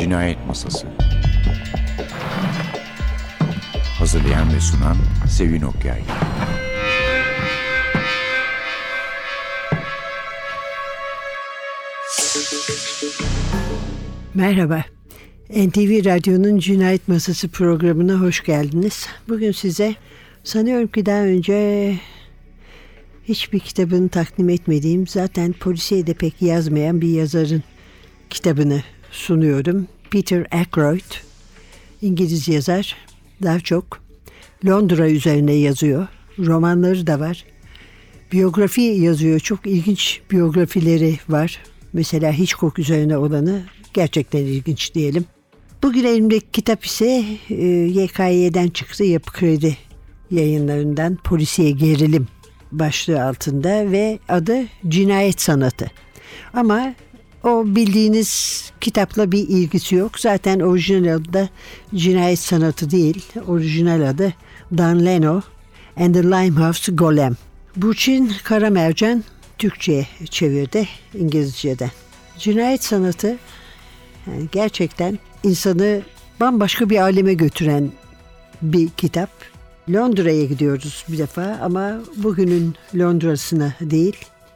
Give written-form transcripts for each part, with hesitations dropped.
Cinayet Masası. Hazırlayan ve sunan Sevin Okyay. Merhaba. NTV Radyo'nun Cinayet Masası programına hoş geldiniz. Bugün size sanıyorum ki daha önce hiçbir kitabını takdim etmediğim, zaten polisiye de pek yazmayan bir yazarın kitabını sunuyorum. Peter Ackroyd, İngiliz yazar, daha çok Londra üzerine yazıyor. Romanları da var. Biyografi yazıyor. Çok ilginç biyografileri var. Mesela Hitchcock üzerine olanı gerçekten ilginç diyelim. Bugün elimdeki kitap ise YKY'den çıktı, Yapı Kredi yayınlarından, polisiye gerilim başlığı altında ve adı Cinayet Sanatı. Ama o bildiğiniz kitapla bir ilgisi yok. Zaten orijinal adı da Cinayet Sanatı değil. Orijinal adı Dan Leno and the Limehouse Golem. Burçin Karamercan Türkçe'ye çevirdi İngilizce'den. Cinayet Sanatı yani gerçekten insanı bambaşka bir aleme götüren bir kitap. Londra'ya gidiyoruz bir defa ama bugünün Londra'sına değil,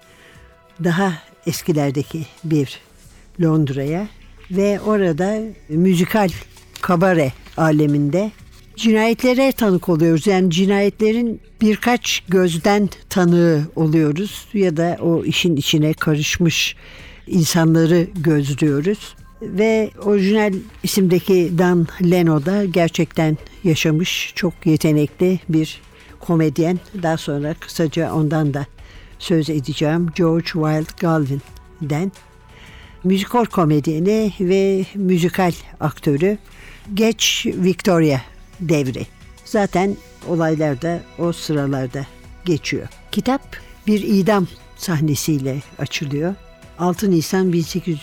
daha eskilerdeki bir Londra'ya ve orada müzikal kabare aleminde cinayetlere tanık oluyoruz. Yani cinayetlerin birkaç gözden tanığı oluyoruz ya da o işin içine karışmış insanları gözlüyoruz. Ve orijinal isimdeki Dan Leno da gerçekten yaşamış, çok yetenekli bir komedyen. Daha sonra kısaca ondan da söz edeceğim. George Wilde Galvin'den. Müzikal komedyeni ve müzikal aktörü. Geç Victoria devri. Zaten olaylar da o sıralarda geçiyor. Kitap bir idam sahnesiyle açılıyor. 6 Nisan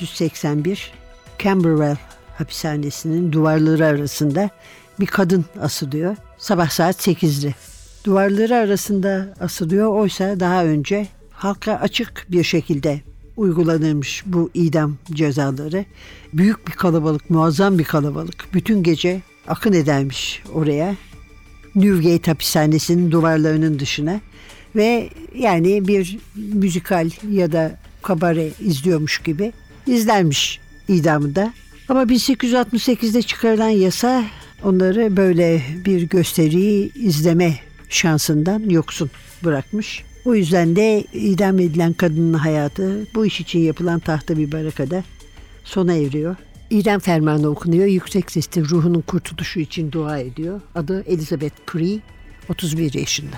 1881 Camberwell hapishanesinin duvarları arasında bir kadın asılıyor. Sabah saat 8'de. Duvarları arasında asılıyor. Oysa daha önce halka açık bir şekilde uygulanırmış bu idam cezaları. Büyük bir kalabalık, muazzam bir kalabalık. Bütün gece akın edermiş oraya. Newgate hapishanesinin duvarlarının dışına. Ve yani bir müzikal ya da kabare izliyormuş gibi izlenmiş idamında. Ama 1868'de çıkarılan yasa onları böyle bir gösteriyi izleme şansından yoksun bırakmış. O yüzden de idam edilen kadının hayatı bu iş için yapılan tahta bir barakada sona eriyor. İdam fermanı okunuyor. Yüksek sesle ruhunun kurtuluşu için dua ediyor. Adı Elizabeth Cree, 31 yaşında.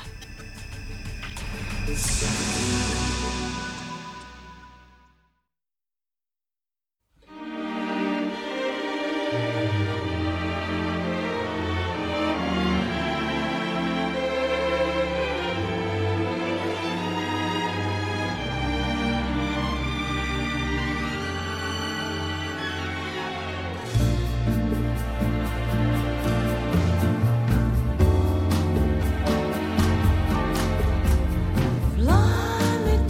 Fly me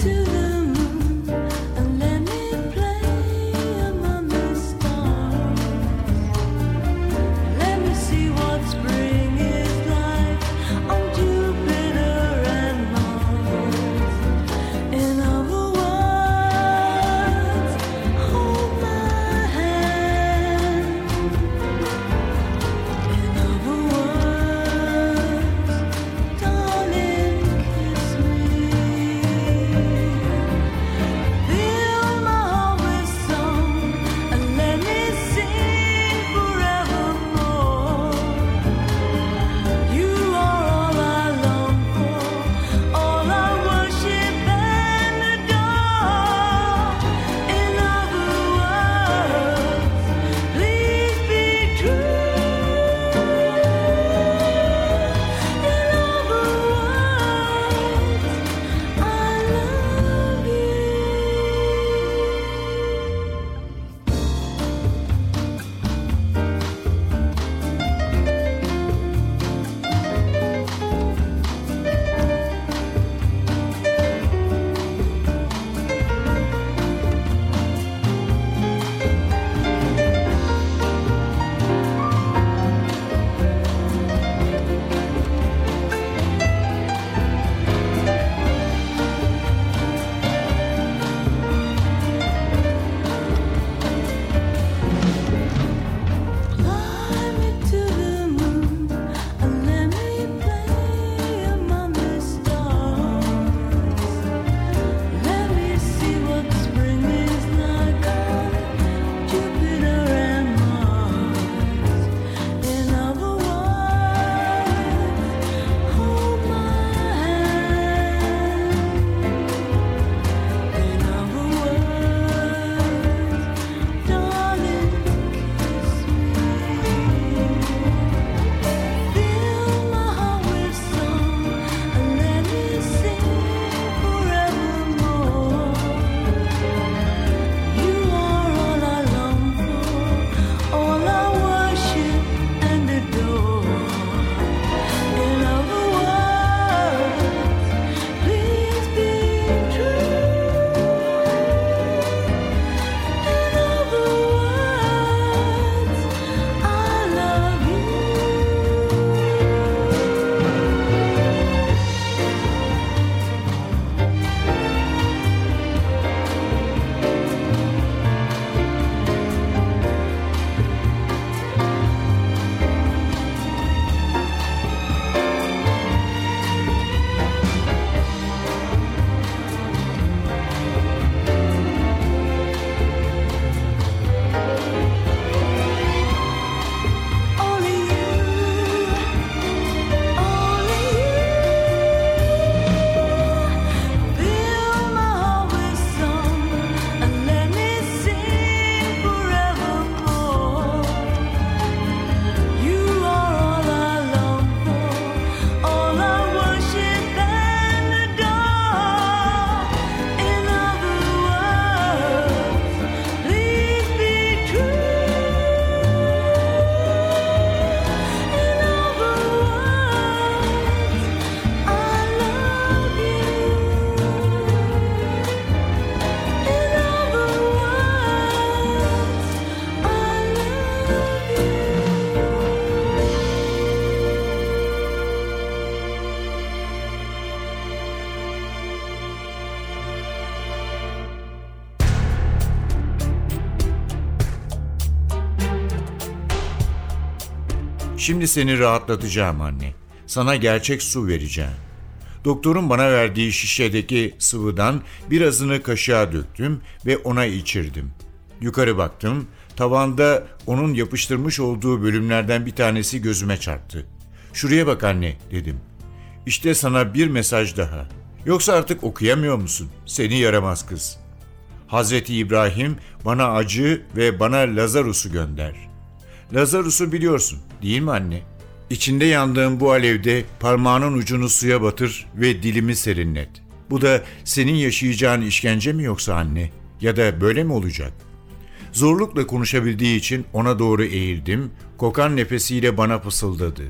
Şimdi seni rahatlatacağım anne. Sana gerçek su vereceğim. Doktorun bana verdiği şişedeki sıvıdan birazını kaşığa döktüm ve ona içirdim. Yukarı baktım, tavanda onun yapıştırmış olduğu bölümlerden bir tanesi gözüme çarptı. "Şuraya bak anne," dedim. "İşte sana bir mesaj daha. Yoksa artık okuyamıyor musun? Seni yaramaz kız. Hazreti İbrahim bana acı ve bana Lazarus'u gönder. Lazarus'u biliyorsun, değil mi anne? İçinde yandığım bu alevde parmağının ucunu suya batır ve dilimi serinlet. Bu da senin yaşayacağın işkence mi yoksa anne? Ya da böyle mi olacak?" Zorlukla konuşabildiği için ona doğru eğildim, kokan nefesiyle bana fısıldadı.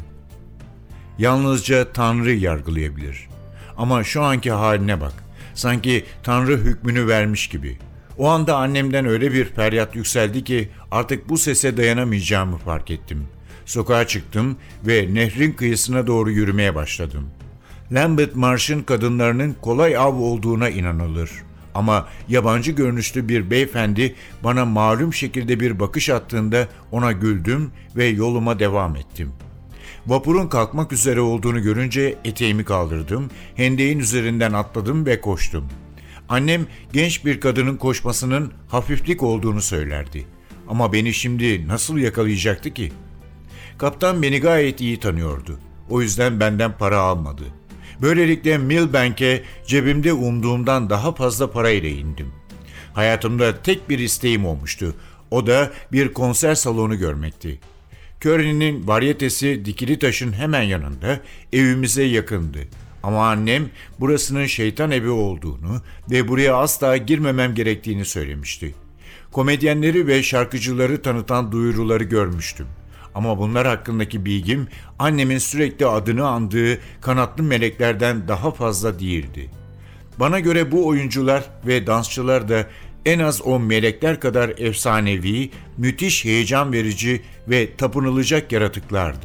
"Yalnızca Tanrı yargılayabilir. Ama şu anki haline bak, sanki Tanrı hükmünü vermiş gibi. O anda annemden öyle bir feryat yükseldi ki artık bu sese dayanamayacağımı fark ettim. Sokağa çıktım ve nehrin kıyısına doğru yürümeye başladım. Lambeth Marsh'ın kadınlarının kolay av olduğuna inanılır. Ama yabancı görünüşlü bir beyefendi bana malum şekilde bir bakış attığında ona güldüm ve yoluma devam ettim. Vapurun kalkmak üzere olduğunu görünce eteğimi kaldırdım, hendeğin üzerinden atladım ve koştum. Annem genç bir kadının koşmasının hafiflik olduğunu söylerdi. Ama beni şimdi nasıl yakalayacaktı ki? Kaptan beni gayet iyi tanıyordu. O yüzden benden para almadı. Böylelikle Millbank'e cebimde umduğumdan daha fazla parayla indim. Hayatımda tek bir isteğim olmuştu. O da bir konser salonu görmekti. Curry'nin varyetesi Dikili Taş'ın hemen yanında, evimize yakındı. Ama annem burasının şeytan evi olduğunu ve buraya asla girmemem gerektiğini söylemişti. Komedyenleri ve şarkıcıları tanıtan duyuruları görmüştüm. Ama bunlar hakkındaki bilgim annemin sürekli adını andığı kanatlı meleklerden daha fazla değildi. Bana göre bu oyuncular ve dansçılar da en az o melekler kadar efsanevi, müthiş heyecan verici ve tapınılacak yaratıklardı.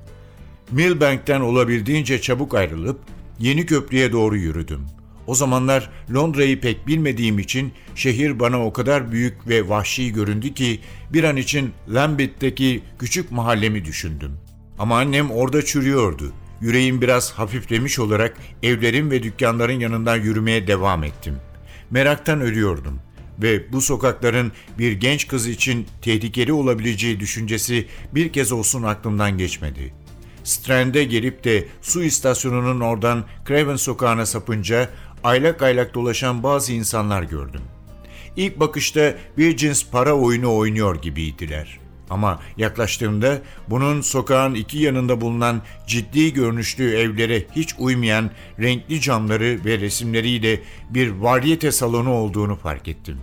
Millbank'ten olabildiğince çabuk ayrılıp Yeni Köprü'ye doğru yürüdüm. O zamanlar Londra'yı pek bilmediğim için şehir bana o kadar büyük ve vahşi göründü ki bir an için Lambeth'teki küçük mahallemi düşündüm. Ama annem orada çürüyordu. Yüreğim biraz hafiflemiş olarak evlerin ve dükkanların yanından yürümeye devam ettim. Meraktan ölüyordum ve bu sokakların bir genç kız için tehlikeli olabileceği düşüncesi bir kez olsun aklımdan geçmedi. Strand'e gelip de su istasyonunun oradan Craven sokağına sapınca aylak aylak dolaşan bazı insanlar gördüm. İlk bakışta bir cins para oyunu oynuyor gibiydiler. Ama yaklaştığımda bunun sokağın iki yanında bulunan ciddi görünüşlü evlere hiç uymayan renkli camları ve resimleriyle bir varyete salonu olduğunu fark ettim.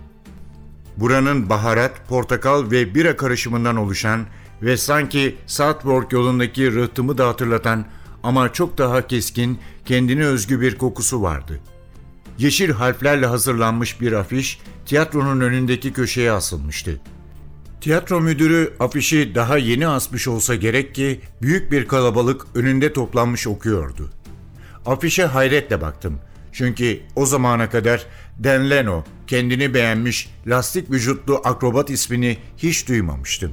Buranın baharat, portakal ve bira karışımından oluşan ve sanki Southwark yolundaki rıhtımı da hatırlatan ama çok daha keskin, kendine özgü bir kokusu vardı. Yeşil harflerle hazırlanmış bir afiş tiyatronun önündeki köşeye asılmıştı. Tiyatro müdürü afişi daha yeni asmış olsa gerek ki büyük bir kalabalık önünde toplanmış okuyordu. Afişe hayretle baktım. Çünkü o zamana kadar Dan Leno, kendini beğenmiş lastik vücutlu akrobat ismini hiç duymamıştım.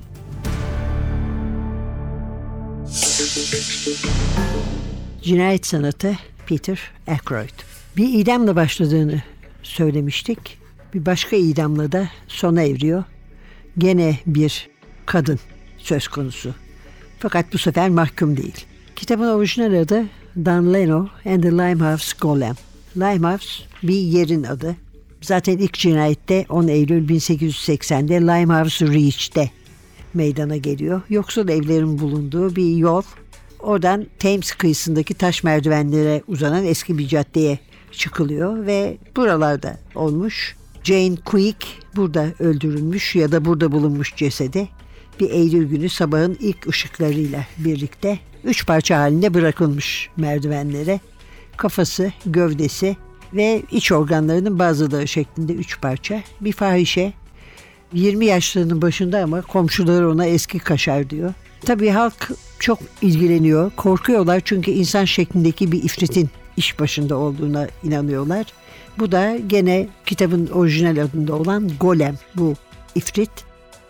Cinayet sanatı Peter Ackroyd. Bir idamla başladığını söylemiştik. Bir başka idamla da sona eriyor. Gene bir kadın söz konusu. Fakat bu sefer mahkum değil. Kitabın orijinal adı Dan Leno and the Limehouse Golem. Limehouse bir yerin adı. Zaten ilk cinayette 10 Eylül 1880'de Limehouse Reach'te meydana geliyor. Yoksul evlerin bulunduğu bir yol. Oradan Thames kıyısındaki taş merdivenlere uzanan eski bir caddeye çıkılıyor ve buralarda olmuş. Jane Quick burada öldürülmüş ya da burada bulunmuş cesedi bir Eylül günü sabahın ilk ışıklarıyla birlikte 3 parça halinde bırakılmış merdivenlere. Kafası, gövdesi ve iç organlarının bazıları şeklinde 3 parça. Bir fahişe 20 yaşlarının başında ama komşuları ona eski kaşar diyor. Tabii halk çok ilgileniyor, korkuyorlar çünkü insan şeklindeki bir ifritin iş başında olduğuna inanıyorlar. Bu da gene kitabın orijinal adında olan Golem, bu ifrit.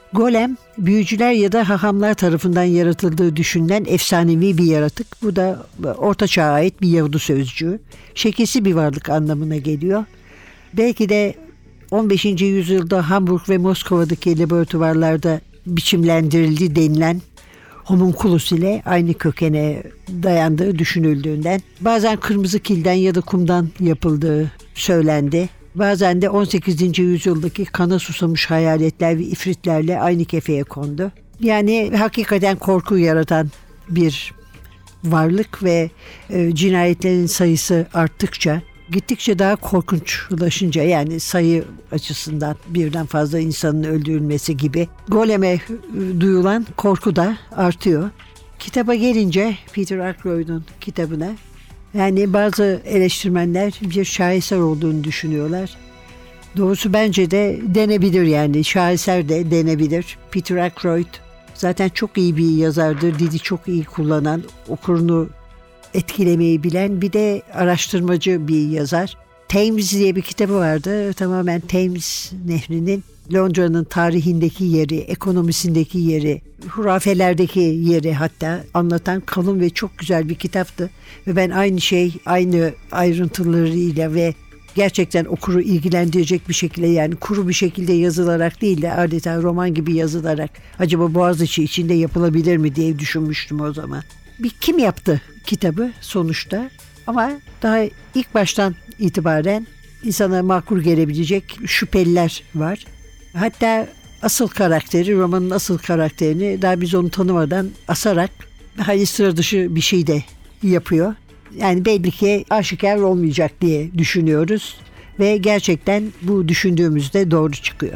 Golem, büyücüler ya da hahamlar tarafından yaratıldığı düşünülen efsanevi bir yaratık. Bu da Orta Çağ'a ait bir Yahudi sözcüğü. Şekilsi bir varlık anlamına geliyor. Belki de 15. yüzyılda Hamburg ve Moskova'daki laboratuvarlarda biçimlendirildi denilen homunculus ile aynı kökene dayandığı düşünüldüğünden bazen kırmızı kilden ya da kumdan yapıldığı söylendi. Bazen de 18. yüzyıldaki kana susamış hayaletler ve ifritlerle aynı kefeye kondu. Yani hakikaten korku yaratan bir varlık ve cinayetlerin sayısı arttıkça, gittikçe daha korkunçlaşınca, yani sayı açısından birden fazla insanın öldürülmesi gibi goleme duyulan korku da artıyor. Kitaba gelince, Peter Ackroyd'un kitabına, yani bazı eleştirmenler bir şaheser olduğunu düşünüyorlar. Doğrusu bence de denebilir, yani şaheser de denebilir. Peter Ackroyd zaten çok iyi bir yazardır. Dili çok iyi kullanan, okurunu etkilemeyi bilen, bir de araştırmacı bir yazar. Thames diye bir kitabı vardı. Tamamen Thames Nehri'nin Londra'nın tarihindeki yeri, ekonomisindeki yeri, hurafelerdeki yeri hatta anlatan kalın ve çok güzel bir kitaptı. Ve ben aynı ayrıntılarıyla ve gerçekten okuru ilgilendirecek bir şekilde, yani kuru bir şekilde yazılarak değil de adeta roman gibi yazılarak acaba Boğaziçi içinde yapılabilir mi diye düşünmüştüm o zaman. Kim yaptı kitabı sonuçta, ama daha ilk baştan itibaren insana makul gelebilecek şüpheliler var. Hatta romanın asıl karakterini daha biz onu tanımadan asarak hayli sıra dışı bir şey de yapıyor. Yani belli ki aşikar olmayacak diye düşünüyoruz ve gerçekten bu düşündüğümüzde doğru çıkıyor.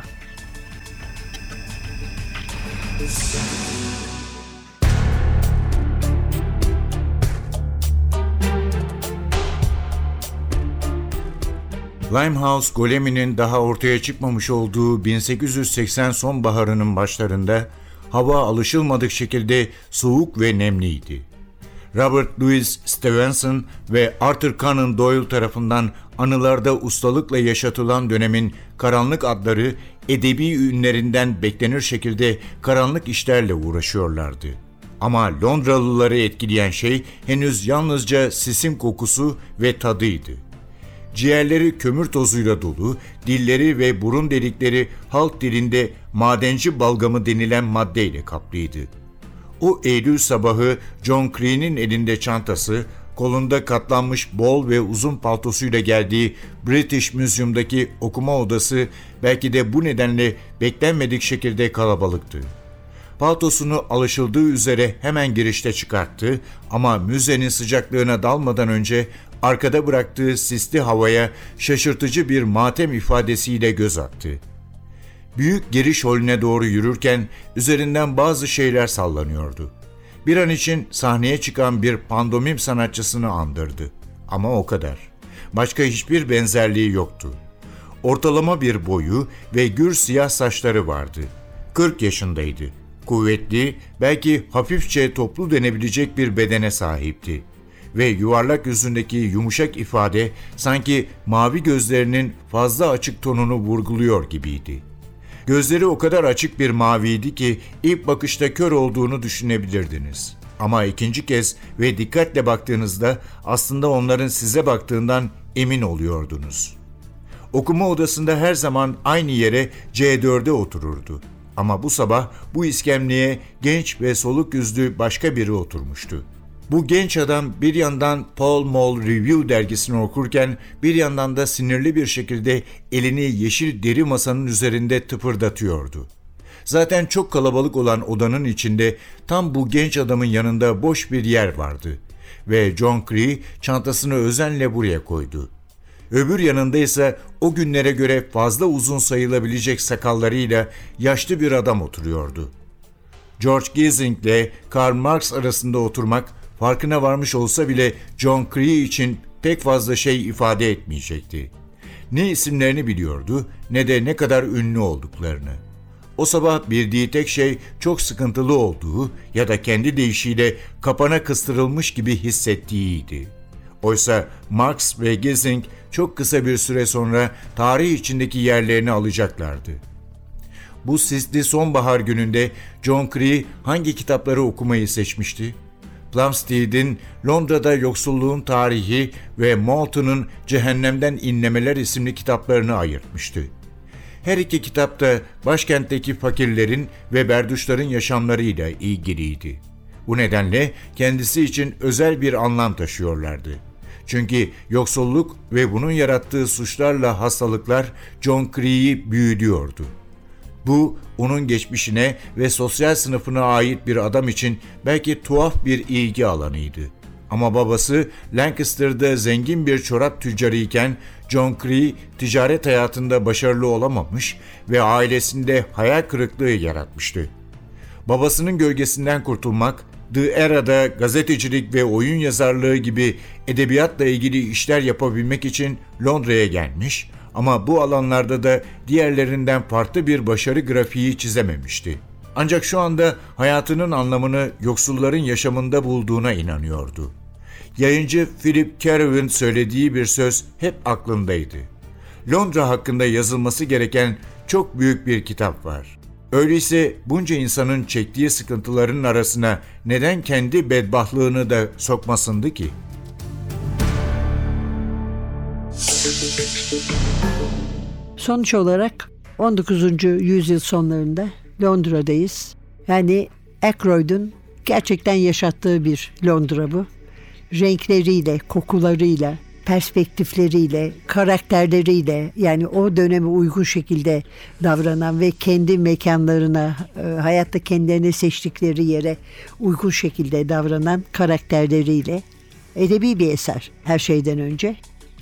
Limehouse goleminin daha ortaya çıkmamış olduğu 1880 sonbaharının başlarında hava alışılmadık şekilde soğuk ve nemliydi. Robert Louis Stevenson ve Arthur Conan Doyle tarafından anılarda ustalıkla yaşatılan dönemin karanlık adları edebi ünlerinden beklenir şekilde karanlık işlerle uğraşıyorlardı. Ama Londralıları etkileyen şey henüz yalnızca sisin kokusu ve tadıydı. Ciğerleri kömür tozuyla dolu, dilleri ve burun delikleri halk dilinde madenci balgamı denilen maddeyle kaplıydı. O Eylül sabahı John Cree'nin elinde çantası, kolunda katlanmış bol ve uzun paltosuyla geldiği British Museum'daki okuma odası belki de bu nedenle beklenmedik şekilde kalabalıktı. Paltosunu alışıldığı üzere hemen girişte çıkarttı ama müzenin sıcaklığına dalmadan önce arkada bıraktığı sisli havaya şaşırtıcı bir matem ifadesiyle göz attı. Büyük giriş holüne doğru yürürken üzerinden bazı şeyler sallanıyordu. Bir an için sahneye çıkan bir pandomim sanatçısını andırdı. Ama o kadar. Başka hiçbir benzerliği yoktu. Ortalama bir boyu ve gür siyah saçları vardı. 40 yaşındaydı. Kuvvetli, belki hafifçe toplu denebilecek bir bedene sahipti. Ve yuvarlak yüzündeki yumuşak ifade sanki mavi gözlerinin fazla açık tonunu vurguluyor gibiydi. Gözleri o kadar açık bir maviydi ki ilk bakışta kör olduğunu düşünebilirdiniz. Ama ikinci kez ve dikkatle baktığınızda aslında onların size baktığından emin oluyordunuz. Okuma odasında her zaman aynı yere C4'e otururdu. Ama bu sabah bu iskemleye genç ve soluk yüzlü başka biri oturmuştu. Bu genç adam bir yandan Pall Mall Review dergisini okurken bir yandan da sinirli bir şekilde elini yeşil deri masanın üzerinde tıpırdatıyordu. Zaten çok kalabalık olan odanın içinde tam bu genç adamın yanında boş bir yer vardı ve John Cree çantasını özenle buraya koydu. Öbür yanında ise o günlere göre fazla uzun sayılabilecek sakallarıyla yaşlı bir adam oturuyordu. George Gissing ile Karl Marx arasında oturmak farkına varmış olsa bile John Cree için pek fazla şey ifade etmeyecekti. Ne isimlerini biliyordu ne de ne kadar ünlü olduklarını. O sabah bildiği tek şey çok sıkıntılı olduğu ya da kendi deyişiyle kapana kıstırılmış gibi hissettiğiydi. Oysa Marx ve Gissing çok kısa bir süre sonra tarih içindeki yerlerini alacaklardı. Bu sisli sonbahar gününde John Cree hangi kitapları okumayı seçmişti? Plumstead'in Londra'da Yoksulluğun Tarihi ve Moulton'un Cehennemden İnlemeler isimli kitaplarını ayırtmıştı. Her iki kitap da başkentteki fakirlerin ve berduşların yaşamlarıyla ilgiliydi. Bu nedenle kendisi için özel bir anlam taşıyorlardı. Çünkü yoksulluk ve bunun yarattığı suçlarla hastalıklar John Cree'yi büyülüyordu. Bu, onun geçmişine ve sosyal sınıfına ait bir adam için belki tuhaf bir ilgi alanıydı. Ama babası Lancaster'da zengin bir çorap tüccarı iken John Cree ticaret hayatında başarılı olamamış ve ailesinde hayal kırıklığı yaratmıştı. Babasının gölgesinden kurtulmak, The Era'da gazetecilik ve oyun yazarlığı gibi edebiyatla ilgili işler yapabilmek için Londra'ya gelmiş ama bu alanlarda da diğerlerinden farklı bir başarı grafiği çizememişti. Ancak şu anda hayatının anlamını yoksulların yaşamında bulduğuna inanıyordu. Yayıncı Philip Carew'in söylediği bir söz hep aklındaydı. Londra hakkında yazılması gereken çok büyük bir kitap var. Öyleyse bunca insanın çektiği sıkıntıların arasına neden kendi bedbahtlığını da sokmasındı ki? Sonuç olarak 19. yüzyıl sonlarında Londra'dayız. Yani Ackroyd'un gerçekten yaşattığı bir Londra bu. Renkleriyle, kokularıyla, perspektifleriyle, karakterleriyle, yani o döneme uygun şekilde davranan ve kendi mekanlarına, hayatta kendilerine seçtikleri yere uygun şekilde davranan karakterleriyle edebi bir eser her şeyden önce.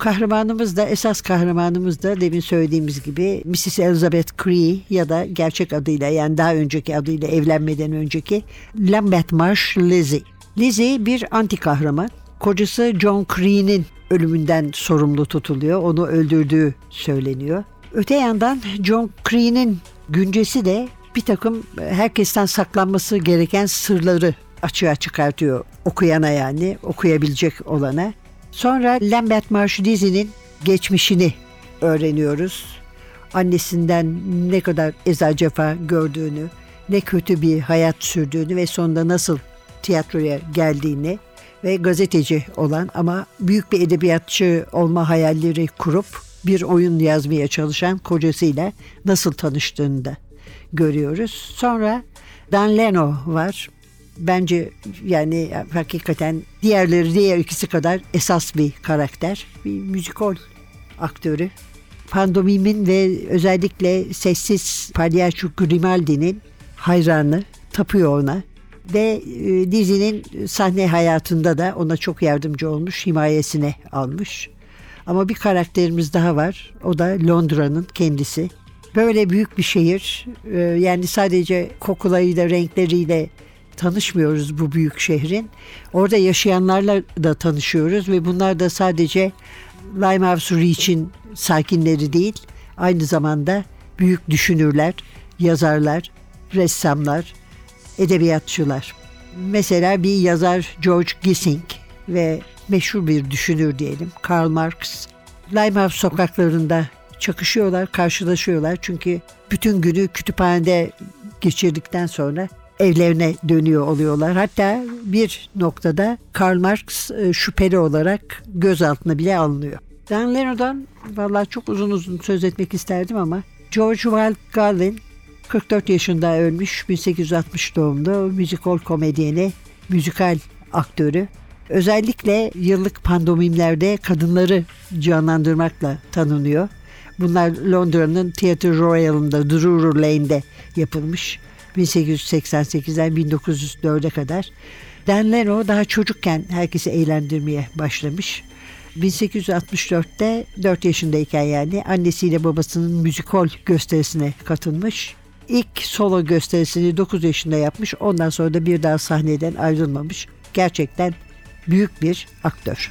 Esas kahramanımız da demin söylediğimiz gibi Mrs. Elizabeth Cree ya da gerçek adıyla, yani daha önceki adıyla, evlenmeden önceki Lambeth Marsh Lizzie. Lizzie bir anti kahraman. Kocası John Cree'nin ölümünden sorumlu tutuluyor. Onu öldürdüğü söyleniyor. Öte yandan John Cree'nin güncesi de bir takım herkesten saklanması gereken sırları açığa çıkartıyor okuyana, yani okuyabilecek olana. Sonra Lambeth Marsh Lizzie'nin geçmişini öğreniyoruz. Annesinden ne kadar eza cefa gördüğünü, ne kötü bir hayat sürdüğünü ve sonunda nasıl tiyatroya geldiğini ve gazeteci olan ama büyük bir edebiyatçı olma hayalleri kurup bir oyun yazmaya çalışan kocasıyla nasıl tanıştığını da görüyoruz. Sonra Dan Leno var. Bence yani hakikaten diğer ikisi kadar esas bir karakter. Bir müzikal aktörü. Pandomimin ve özellikle sessiz palyaço Grimaldi'nin hayranı, tapıyor ona. Ve dizinin sahne hayatında da ona çok yardımcı olmuş, himayesine almış. Ama bir karakterimiz daha var. O da Londra'nın kendisi. Böyle büyük bir şehir. Yani sadece kokularıyla, renkleriyle tanışmıyoruz bu büyük şehrin. Orada yaşayanlarla da tanışıyoruz ve bunlar da sadece Limehouse Reach'in sakinleri değil, aynı zamanda büyük düşünürler, yazarlar, ressamlar, edebiyatçılar. Mesela bir yazar George Gissing ve meşhur bir düşünür diyelim Karl Marx. Limehouse sokaklarında çakışıyorlar, karşılaşıyorlar. Çünkü bütün günü kütüphanede geçirdikten sonra evlerine dönüyor oluyorlar. Hatta bir noktada Karl Marx şüpheli olarak gözaltına bile alınıyor. Dan Leno'dan vallahi çok uzun söz etmek isterdim ama George Wilde Garvin 44 yaşında ölmüş, 1860 doğumlu, müzikal komedyeni, müzikal aktörü. Özellikle yıllık pandomimlerde kadınları canlandırmakla tanınıyor. Bunlar Londra'nın Theatre Royal'ında Drury Lane'de yapılmış 1888'den 1904'e kadar. Dan Leno daha çocukken herkesi eğlendirmeye başlamış. 1864'te 4 yaşındayken yani annesiyle babasının müzikal gösterisine katılmış. İlk solo gösterisini 9 yaşında yapmış. Ondan sonra da bir daha sahneden ayrılmamış. Gerçekten büyük bir aktör.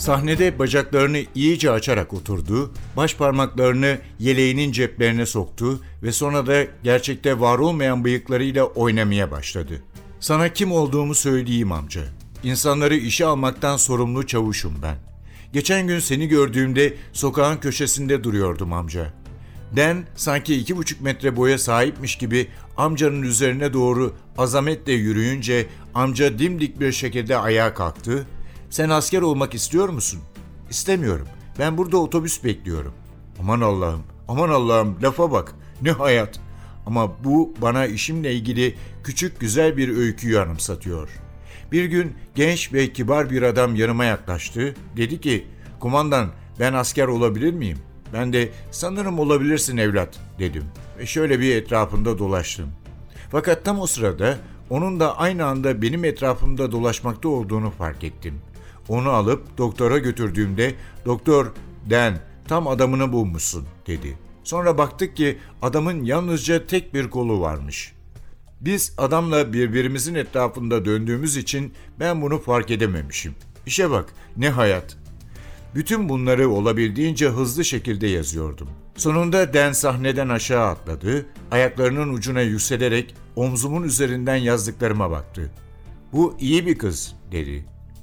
Sahnede bacaklarını iyice açarak oturdu, baş parmaklarını yeleğinin ceplerine soktu ve sonra da gerçekte var olmayan bıyıklarıyla oynamaya başladı. Sana kim olduğumu söyleyeyim amca. İnsanları işe almaktan sorumlu çavuşum ben. Geçen gün seni gördüğümde sokağın köşesinde duruyordum amca. Dan sanki 2,5 metre boya sahipmiş gibi amcanın üzerine doğru azametle yürüyünce amca dimdik bir şekilde ayağa kalktı. Sen asker olmak istiyor musun? İstemiyorum. Ben burada otobüs bekliyorum. Aman Allah'ım, aman Allah'ım, lafa bak. Ne hayat. Ama bu bana işimle ilgili küçük güzel bir öyküyü anımsatıyor. Bir gün genç ve kibar bir adam yanıma yaklaştı. Dedi ki, kumandan ben asker olabilir miyim? Ben de sanırım olabilirsin evlat dedim ve şöyle bir etrafında dolaştım. Fakat tam o sırada onun da aynı anda benim etrafımda dolaşmakta olduğunu fark ettim. Onu alıp doktora götürdüğümde doktor Dan tam adamını bulmuşsun dedi. Sonra baktık ki adamın yalnızca tek bir kolu varmış. Biz adamla birbirimizin etrafında döndüğümüz için ben bunu fark edememişim. İşe bak ne hayat. Bütün bunları olabildiğince hızlı şekilde yazıyordum. Sonunda Dan sahneden aşağı atladı, ayaklarının ucuna yükselerek omzumun üzerinden yazdıklarıma baktı. Bu iyi bir kız dedi.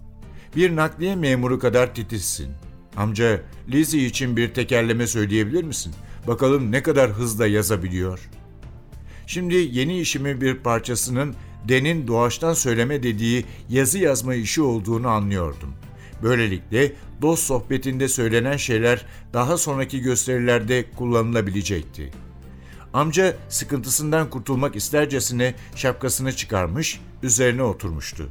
Bir nakliye memuru kadar titizsin. Amca, Lizzie için bir tekerleme söyleyebilir misin? Bakalım ne kadar hızla yazabiliyor. Şimdi yeni işimin bir parçasının Dan'in doğaçtan söyleme dediği yazı yazma işi olduğunu anlıyordum. Böylelikle dost sohbetinde söylenen şeyler daha sonraki gösterilerde kullanılabilecekti. Amca sıkıntısından kurtulmak istercesine şapkasını çıkarmış, üzerine oturmuştu.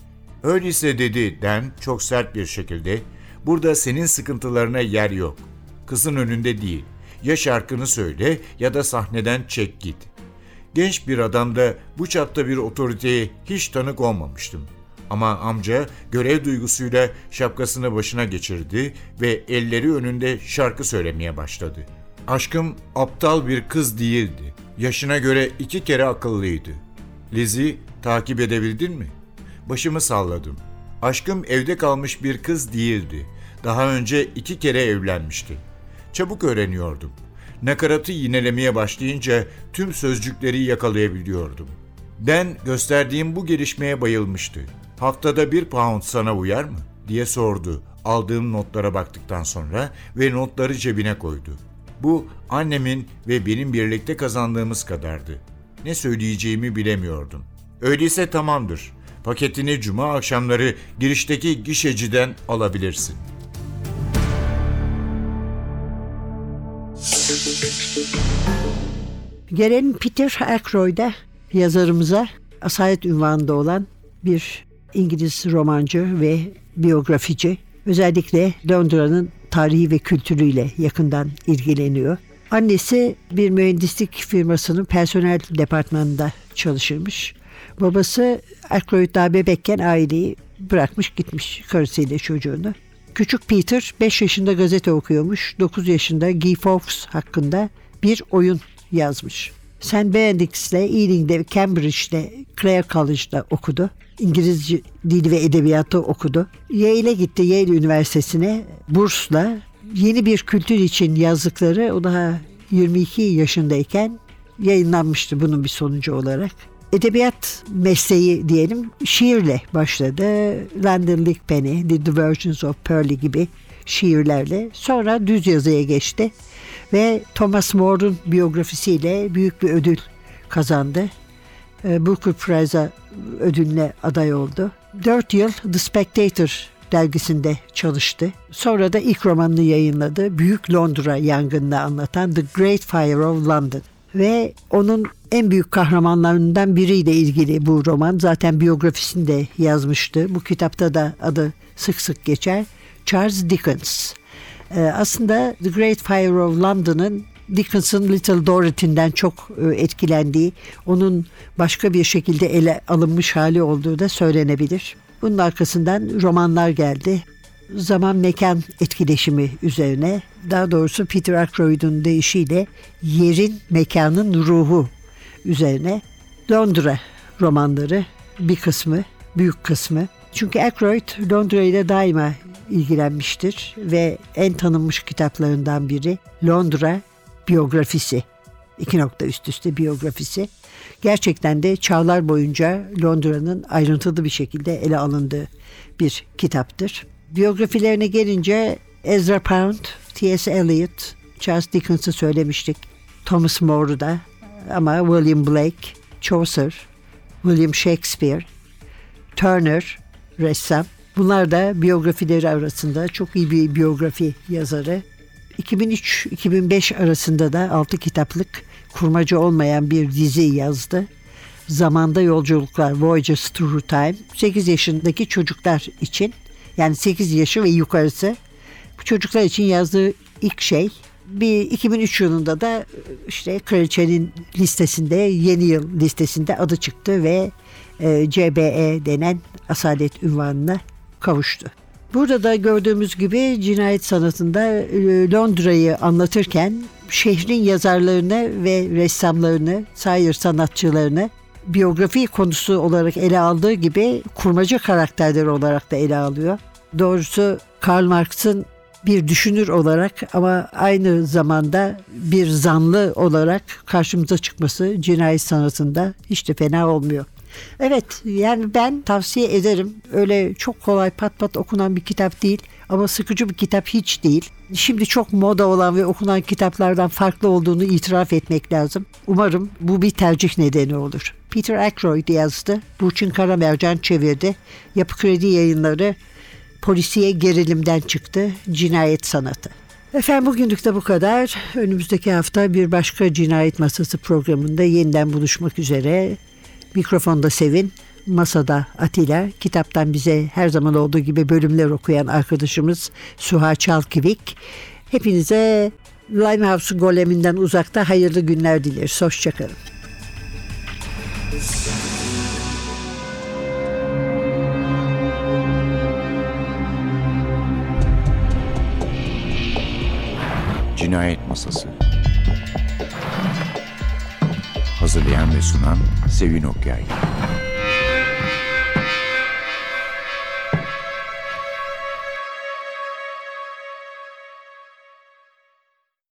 Öyleyse dedi Dan çok sert bir şekilde, burada senin sıkıntılarına yer yok. Kızın önünde değil. Ya şarkını söyle ya da sahneden çek git. Genç bir adamda bu çapta bir otoriteye hiç tanık olmamıştım. Ama amca görev duygusuyla şapkasını başına geçirdi ve elleri önünde şarkı söylemeye başladı. Aşkım aptal bir kız değildi. Yaşına göre 2 kere akıllıydı. Lizzie, takip edebildin mi? Başımı salladım. Aşkım evde kalmış bir kız değildi. Daha önce 2 kere evlenmişti. Çabuk öğreniyordum. Nakaratı yinelemeye başlayınca tüm sözcükleri yakalayabiliyordum. Dan gösterdiğim bu gelişmeye bayılmıştı. Haftada 1 pound sana uyar mı? Diye sordu aldığım notlara baktıktan sonra ve notları cebine koydu. Bu annemin ve benim birlikte kazandığımız kadardı. Ne söyleyeceğimi bilemiyordum. Öyleyse tamamdır. Paketini cuma akşamları girişteki gişeciden alabilirsin. Gelelim Peter Ackroyd'a, yazarımıza, asalet unvanında olan bir İngiliz romancı ve biyografici. Özellikle Londra'nın tarihi ve kültürüyle yakından ilgileniyor. Annesi bir mühendislik firmasının personel departmanında çalışırmış. Babası Ackroyd daha bebekken aileyi bırakmış gitmiş karısıyla çocuğunu. Küçük Peter 5 yaşında gazete okuyormuş. 9 yaşında Guy Fawkes hakkında bir oyun yazmış. St. Benedict's'te, Ealing'de, Cambridge'de, Clare College'da okudu. İngilizce dili ve edebiyatı okudu. Yale'e gitti, Yale Üniversitesi'ne bursla. Yeni bir kültür için yazdıkları o daha 22 yaşındayken yayınlanmıştı bunun bir sonucu olarak. Edebiyat mesleği diyelim şiirle başladı. London Lyckpenny, The Diversions of Pearlie gibi şiirlerle. Sonra düz yazıya geçti ve Thomas More'un biyografisiyle büyük bir ödül kazandı. Booker Prize'a ödülüne aday oldu. 4 yıl The Spectator dergisinde çalıştı. Sonra da ilk romanını yayınladı. Büyük Londra yangınını anlatan The Great Fire of London. Ve onun en büyük kahramanlarından biriyle ilgili bu roman. Zaten biyografisini de yazmıştı. Bu kitapta da adı sık sık geçer. Charles Dickens. Aslında The Great Fire of London'ın Dickens'ın Little Dorrit'ten çok etkilendiği, onun başka bir şekilde ele alınmış hali olduğu da söylenebilir. Bunun arkasından romanlar geldi. Zaman mekan etkileşimi üzerine, daha doğrusu Peter Ackroyd'un deyişiyle yerin mekanın ruhu üzerine Londra romanları bir kısmı, büyük kısmı. Çünkü Ackroyd Londra ile daima ilgilenmiştir ve en tanınmış kitaplarından biri Londra biyografisi. 2 nokta üst üste biyografisi. Gerçekten de çağlar boyunca Londra'nın ayrıntılı bir şekilde ele alındığı bir kitaptır. Biyografilerine gelince Ezra Pound, T.S. Eliot, Charles Dickens'ı söylemiştik. Thomas More'u da ama William Blake, Chaucer, William Shakespeare, Turner, ressam. Bunlar da biyografileri arasında çok iyi bir biyografi yazarı. 2003-2005 arasında da 6 kitaplık kurmaca olmayan bir dizi yazdı. Zamanda Yolculuklar, Voyages Through Time, 8 yaşındaki çocuklar için, yani 8 yaşı ve yukarısı, bu çocuklar için yazdığı ilk şey. 2003 yılında da işte Kraliçenin listesinde, yeni yıl listesinde adı çıktı ve CBE denen asalet unvanına kavuştu. Burada da gördüğümüz gibi cinayet sanatında Londra'yı anlatırken şehrin yazarlarını ve ressamlarını, sair sanatçılarını biyografi konusu olarak ele aldığı gibi kurmaca karakterleri olarak da ele alıyor. Doğrusu Karl Marx'ın bir düşünür olarak ama aynı zamanda bir zanlı olarak karşımıza çıkması cinayet sanatında hiç de fena olmuyor. Evet, yani ben tavsiye ederim. Öyle çok kolay pat pat okunan bir kitap değil ama sıkıcı bir kitap hiç değil. Şimdi çok moda olan ve okunan kitaplardan farklı olduğunu itiraf etmek lazım. Umarım bu bir tercih nedeni olur. Peter Ackroyd yazdı. Burçin Karamercan çevirdi. Yapı Kredi Yayınları polisiye gerilimden çıktı. Cinayet sanatı. Efendim bugünlük de bu kadar. Önümüzdeki hafta bir başka Cinayet Masası programında yeniden buluşmak üzere. Mikrofonda Sevin, masada Atilla, kitaptan bize her zaman olduğu gibi bölümler okuyan arkadaşımız Suha Çalkivik. Hepinize Limehouse goleminden uzakta hayırlı günler dileriz. Hoşçakalın. Cinayet Masası. Hazırlayan ve sunan Sevin Okyay.